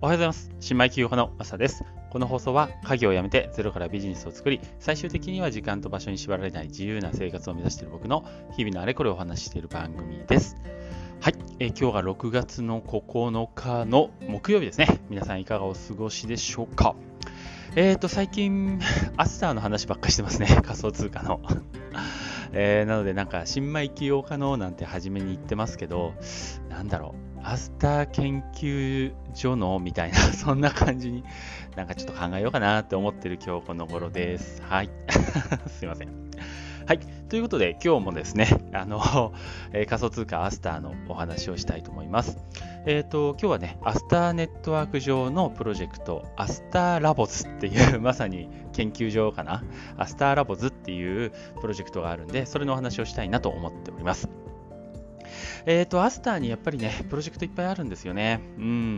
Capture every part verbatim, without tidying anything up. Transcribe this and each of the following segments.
おはようございます。新米企業家の朝です。この放送は家業を辞めてゼロからビジネスを作り、最終的には時間と場所に縛られない自由な生活を目指している僕の日々のあれこれをお話ししている番組です。はい、えー、今日がろくがつのここのかの木曜日ですね。皆さんいかがお過ごしでしょうか。えーと最近アスターの話ばっかりしてますね。仮想通貨の。えー、なのでなんか新米起業家のなんて初めに言ってますけど、なんだろう。アスター研究所のみたいな、そんな感じになんかちょっと考えようかなって思ってる今日この頃です。はい。すいません。はい。ということで今日もですね、あの、えー、仮想通貨アスターのお話をしたいと思います。えっと、今日はね、アスターネットワーク上のプロジェクト、アスターラボズっていう、まさに研究所かな。アスターラボズっていうプロジェクトがあるんで、それのお話をしたいなと思っております。えっと、アスターにやっぱりね、プロジェクトいっぱいあるんですよね。うん。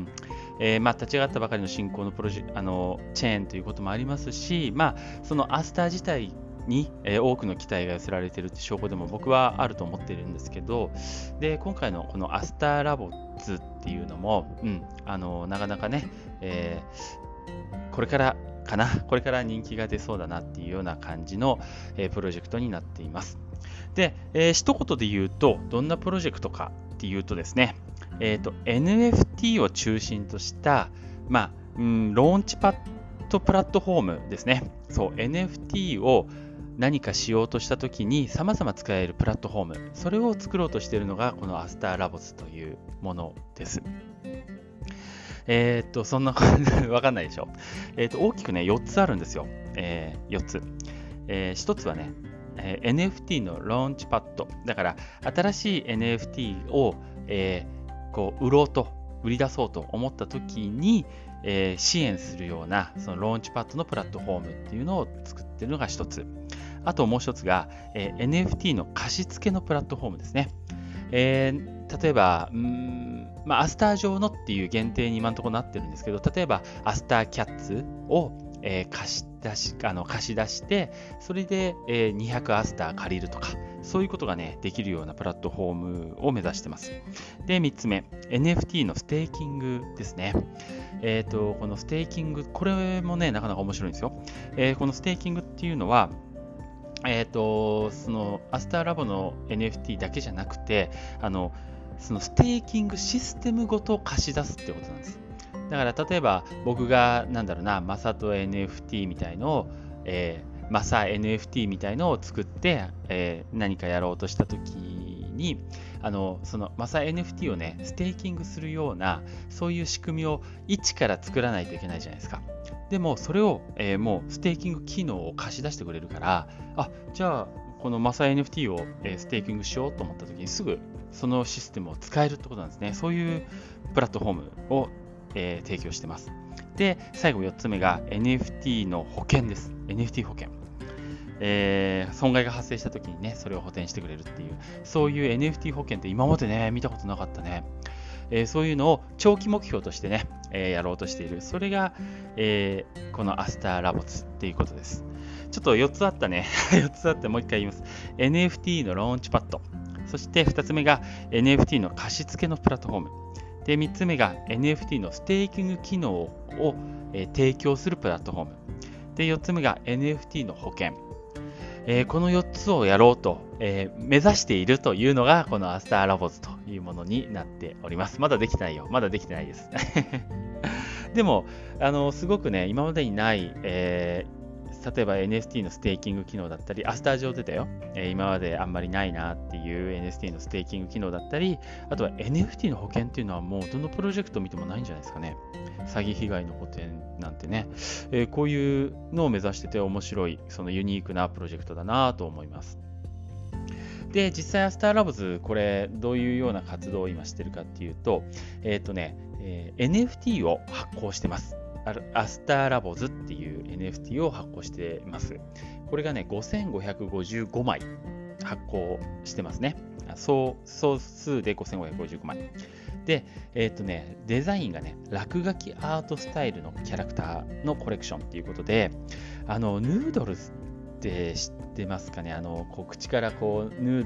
えー、まあ、立ち上がったばかりの新興のプロジェ、あの、チェーンということもありますし、まあ、そのアスター自体に、えー、多くの期待が寄せられているって証拠でも僕はあると思っているんですけど、で、今回のこのアスターラボズっていうのも、うん、あの、なかなかね、えー、これからかな、これから人気が出そうだなっていうような感じの、えー、プロジェクトになっています。で、えー、一言で言うと、どんなプロジェクトかっていうとですね、えーと、エヌエフティー を中心とした、まあ、うん、ローンチパッドプラットフォームですね。そう、エヌエフティー を何かしようとしたときに様々使えるプラットフォーム、それを作ろうとしているのがこのアスターラボズというものです。えっ、ー、と、そんなわかんないでしょ。えっ、ー、と、大きくね、よっつあるんですよ。えー、よっつ。えー、ひとつはね、えー、エヌエフティー のローンチパッド。だから、新しい エヌエフティー を、えー、こう売ろうと、売り出そうと思ったときに、えー、支援するような、そのローンチパッドのプラットフォームっていうのを作っているのがひとつ。あともうひとつが、えー、エヌエフティー の貸付のプラットフォームですね。えー、例えば、うーんまあ、アスター上のっていう限定に今のところなってるんですけど、例えば、アスターキャッツを、えー、貸し出し、あの貸し出して、それで、えー、にひゃくアスター借りるとか、そういうことがね、できるようなプラットフォームを目指してます。で、みっつめ、エヌエフティー のステーキングですね。えっと、このステーキング、これもね、なかなか面白いんですよ。えー、このステーキングっていうのは、えっと、そのアスターラボの エヌエフティー だけじゃなくて、あの、そのステーキングシステムごと貸し出すってことなんです。だから例えば僕がなんだろうな、マサト エヌエフティー みたいのを、えー、マサ エヌエフティー みたいのを作って、えー、何かやろうとしたときに、あのそのマサ エヌエフティー をね、ステーキングするような、そういう仕組みを一から作らないといけないじゃないですか。でもそれを、えー、もうステーキング機能を貸し出してくれるから、あ、じゃあこのマサ エヌエフティー を、えー、ステーキングしようと思ったときにすぐそのシステムを使えるってことなんですね。そういうプラットフォームをえー、提供してます。で、最後よっつめが エヌエフティー の保険です。エヌエフティー 保険。えー、損害が発生した時にね、それを補填してくれるっていう、そういう エヌエフティー 保険って今までね、見たことなかったね。えー、そういうのを長期目標としてね、えー、やろうとしている。それが、えー、このアスターラボズっていうことです。ちょっとよっつあったね。よっつあってもう一回言います。エヌエフティー のローンチパッド。そしてふたつめが エヌエフティー の貸付のプラットフォーム。で、みっつめが エヌエフティー のステーキング機能を、えー、提供するプラットフォーム。で、よっつめが エヌエフティー の保険。えー、このよっつをやろうと、えー、目指しているというのが、このアスターラボズというものになっております。まだできてないよ。まだできてないです。でも、あの、すごくね、今までにない、えー例えば エヌエフティー のステーキング機能だったり、アスター上でだよ、えー、今まであんまりないなっていう エヌエフティー のステーキング機能だったり、あとは エヌエフティー の保険っていうのはもうどのプロジェクト見てもないんじゃないですかね。詐欺被害の補填なんてね、えー、こういうのを目指してて面白い、そのユニークなプロジェクトだなと思います。で、実際アスターラボズ、これどういうような活動を今してるかっていうと、えっとね、えー、エヌエフティー を発行してます。アスターラボズっていう エヌエフティー を発行しています。これがね、ごせんごひゃくごじゅうごまい発行してますね。総、総数でごせんごひゃくごじゅうごまい。で、えっとね、デザインがね、落書きアートスタイルのキャラクターのコレクションっていうことで、あの、ヌードルズって知ってますかね。あの、こう口からこう、ヌー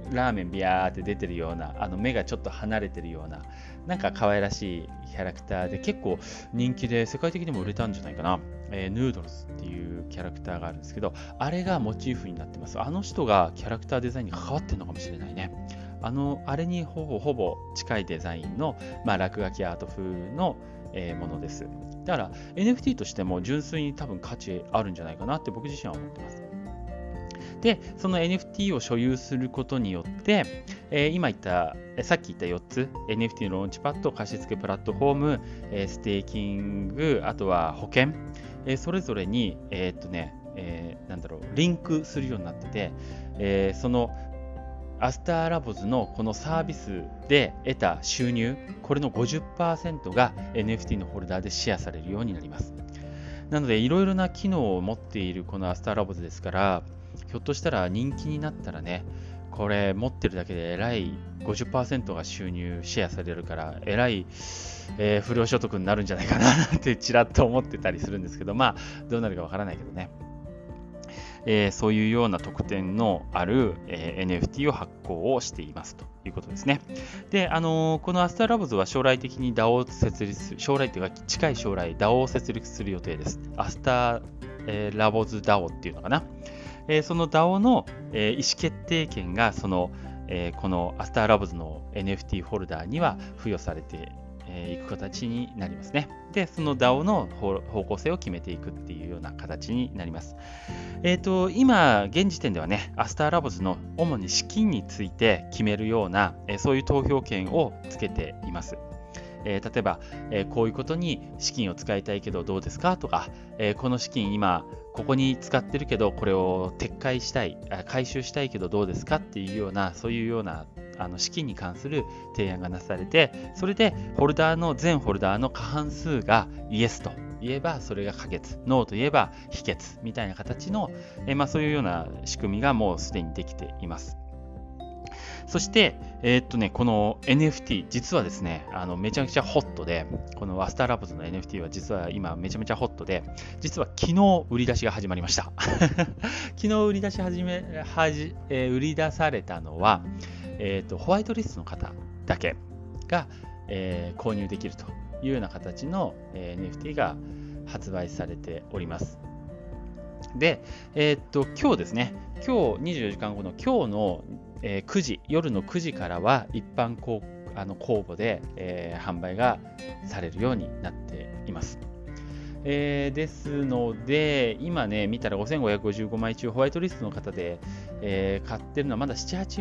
ラーメンビヤーって出てるような、あの目がちょっと離れてるような、なんか可愛らしいキャラクターで結構人気で世界的にも売れたんじゃないかな。えー、ヌードルズっていうキャラクターがあるんですけど、あれがモチーフになってます。あの人がキャラクターデザインに関わってるのかもしれないね。あの、あれにほぼほぼ近いデザインの、まあ、落書きアート風の、えー、ものです。だから エヌエフティー としても純粋に多分価値あるんじゃないかなって僕自身は思ってます。で、その エヌエフティー を所有することによって、えー、今言った、さっき言ったよっつ、エヌエフティー のローンチパッド、貸付プラットフォーム、えー、ステーキング、あとは保険、えー、それぞれに、えー、っとね、えー、なんだろう、リンクするようになってて、えー、そのアスターラボズのこのサービスで得た収入、これの ごじゅっパーセント が エヌエフティー のホルダーでシェアされるようになります。なので、いろいろな機能を持っているこのアスターラボズですから、ひょっとしたら人気になったらね、これ持ってるだけでえらい ごじゅっパーセント が収入シェアされるから、えらい、えー、不良所得になるんじゃないかなってちらっと思ってたりするんですけど、まあ、どうなるかわからないけどね。えー、そういうような特典のある、えー、エヌエフティー を発行をしていますということですね。で、あのー、このアスターラボズは将来的に ダオ を設立する、将来というか近い将来 ダオ を設立する予定です。アスター、えー、ラボズ ダオ っていうのかな。えー、その ダオ の、えー、意思決定権がその、えー、このアスターラボズの エヌエフティー ホルダーには付与されていく形になりますね。で、その ダオ の方向性を決めていくっていうような形になります。えっと、今、現時点ではね、アスターラボズの主に資金について決めるような、えそういう投票権をつけています。えー、例えば、えー、こういうことに資金を使いたいけどどうですかとか、えー、この資金今ここに使ってるけどこれを撤回したい、回収したいけどどうですかっていうような、そういうようなあの資金に関する提案がなされて、それでホルダーの全ホルダーの過半数がイエスと言えばそれが可決、ノーと言えば否決みたいな形の、えーまあ、そういうような仕組みがもうすでにできています。そして、えーっとね、この エヌエフティー、実はですね、あのめちゃくちゃホットで、このアスターラボズの エヌエフティー は実は今めちゃめちゃホットで、実は昨日売り出しが始まりました。昨日売り出し始め、はじ、えー、売り出されたのは、えーっと、ホワイトリストの方だけが、えー、購入できるというような形の、えー、エヌエフティー が発売されております。で、えーっと、今日ですね、今日にじゅうよじかんごの今日のえー、くじ、夜のくじからは一般公あの公募で、えー、販売がされるようになっています。えー、ですので、今ね、見たらごせんごひゃくごじゅうごまい中、ホワイトリストの方で、えー、買ってるのはまだなな、はち、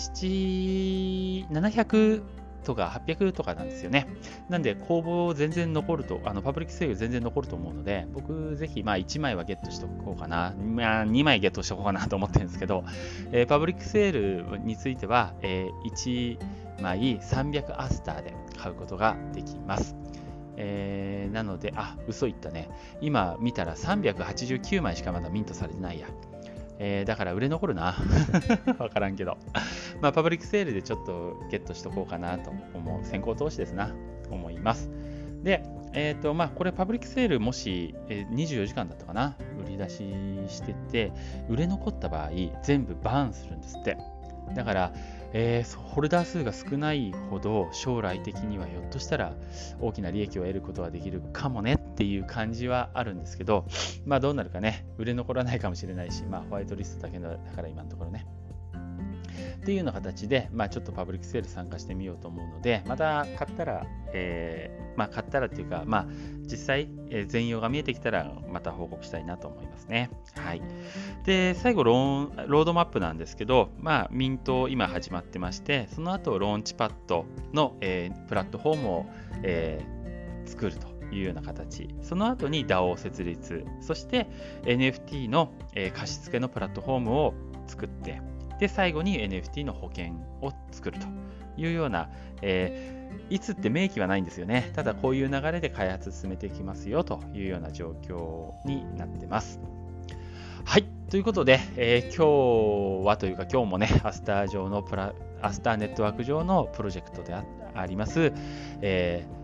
ななひゃくとかはっぴゃくとかなんですよね。なんで、公募全然残ると、あのパブリックセール全然残ると思うので、僕、ぜひ、まあ、いちまいはゲットしておこうかな、まあ、にまいゲットしておこうかなと思ってるんですけど、えー、パブリックセールについては、えー、いちまいさんびゃくアスターで買うことができます。えー、なので、あ、嘘言ったね。今見たらさんびゃくはちじゅうきゅうまいしかまだミントされてないや。えー、だから売れ残るな。わからんけど。まあ、パブリックセールでちょっとゲットしとこうかなと思う。先行投資ですな。思います。で、えっと、まあ、これパブリックセールもし、えー、にじゅうよじかんだったかな。売り出ししてて、売れ残った場合、全部バーンするんですって。だから、えー、ホルダー数が少ないほど将来的にはひょっとしたら大きな利益を得ることができるかもねっていう感じはあるんですけど、まあどうなるかね、売れ残らないかもしれないし、まあホワイトリストだけだから今のところね。っていうような形で、まあ、ちょっとパブリックセール参加してみようと思うので、また買ったら、えー、まあ、買ったらっていうか、まあ、実際、えー、全容が見えてきたら、また報告したいなと思いますね。はい。で、最後ローン、ロードマップなんですけど、まあ、ミント、今始まってまして、その後、ローンチパッドの、えー、プラットフォームを、えー、作るというような形。その後に ダオ を設立。そして、エヌエフティー の、えー、貸付のプラットフォームを作って、で、最後に エヌエフティー の保険を作るというような、えー、いつって明記はないんですよね。ただこういう流れで開発進めていきますよというような状況になってます。はい。ということで、えー、今日はというか今日もね、アスター上のプラ、アスターネットワーク上のプロジェクトであります、えー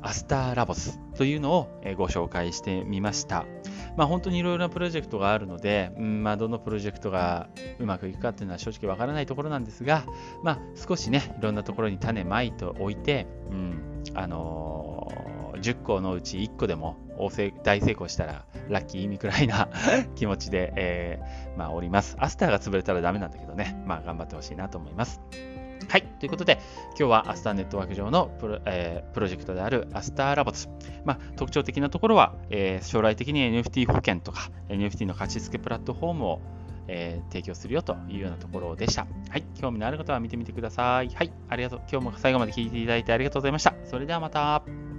アスターラボスというのをご紹介してみました。まあ、本当にいろいろなプロジェクトがあるので、うんまあ、どのプロジェクトがうまくいくかっていうのは正直わからないところなんですが、まあ、少しね、いろんなところに種まいておいて、うんあのー、じゅっこのうちいっこでも大成功したらラッキー意味くらいな気持ちで、えーまあ、おります。アスターが潰れたらダメなんだけどね、まあ、頑張ってほしいなと思います。はい。ということで、今日はアスターネットワーク上のプ ロ,、えー、プロジェクトであるアスターラボス。まあ、特徴的なところは、えー、将来的に エヌエフティー 保険とか エヌエフティー の貸付プラットフォームを、えー、提供するよというようなところでした。はい。興味のある方は見てみてください。はい。ありがとう。今日も最後まで聞いていただいてありがとうございました。それではまた。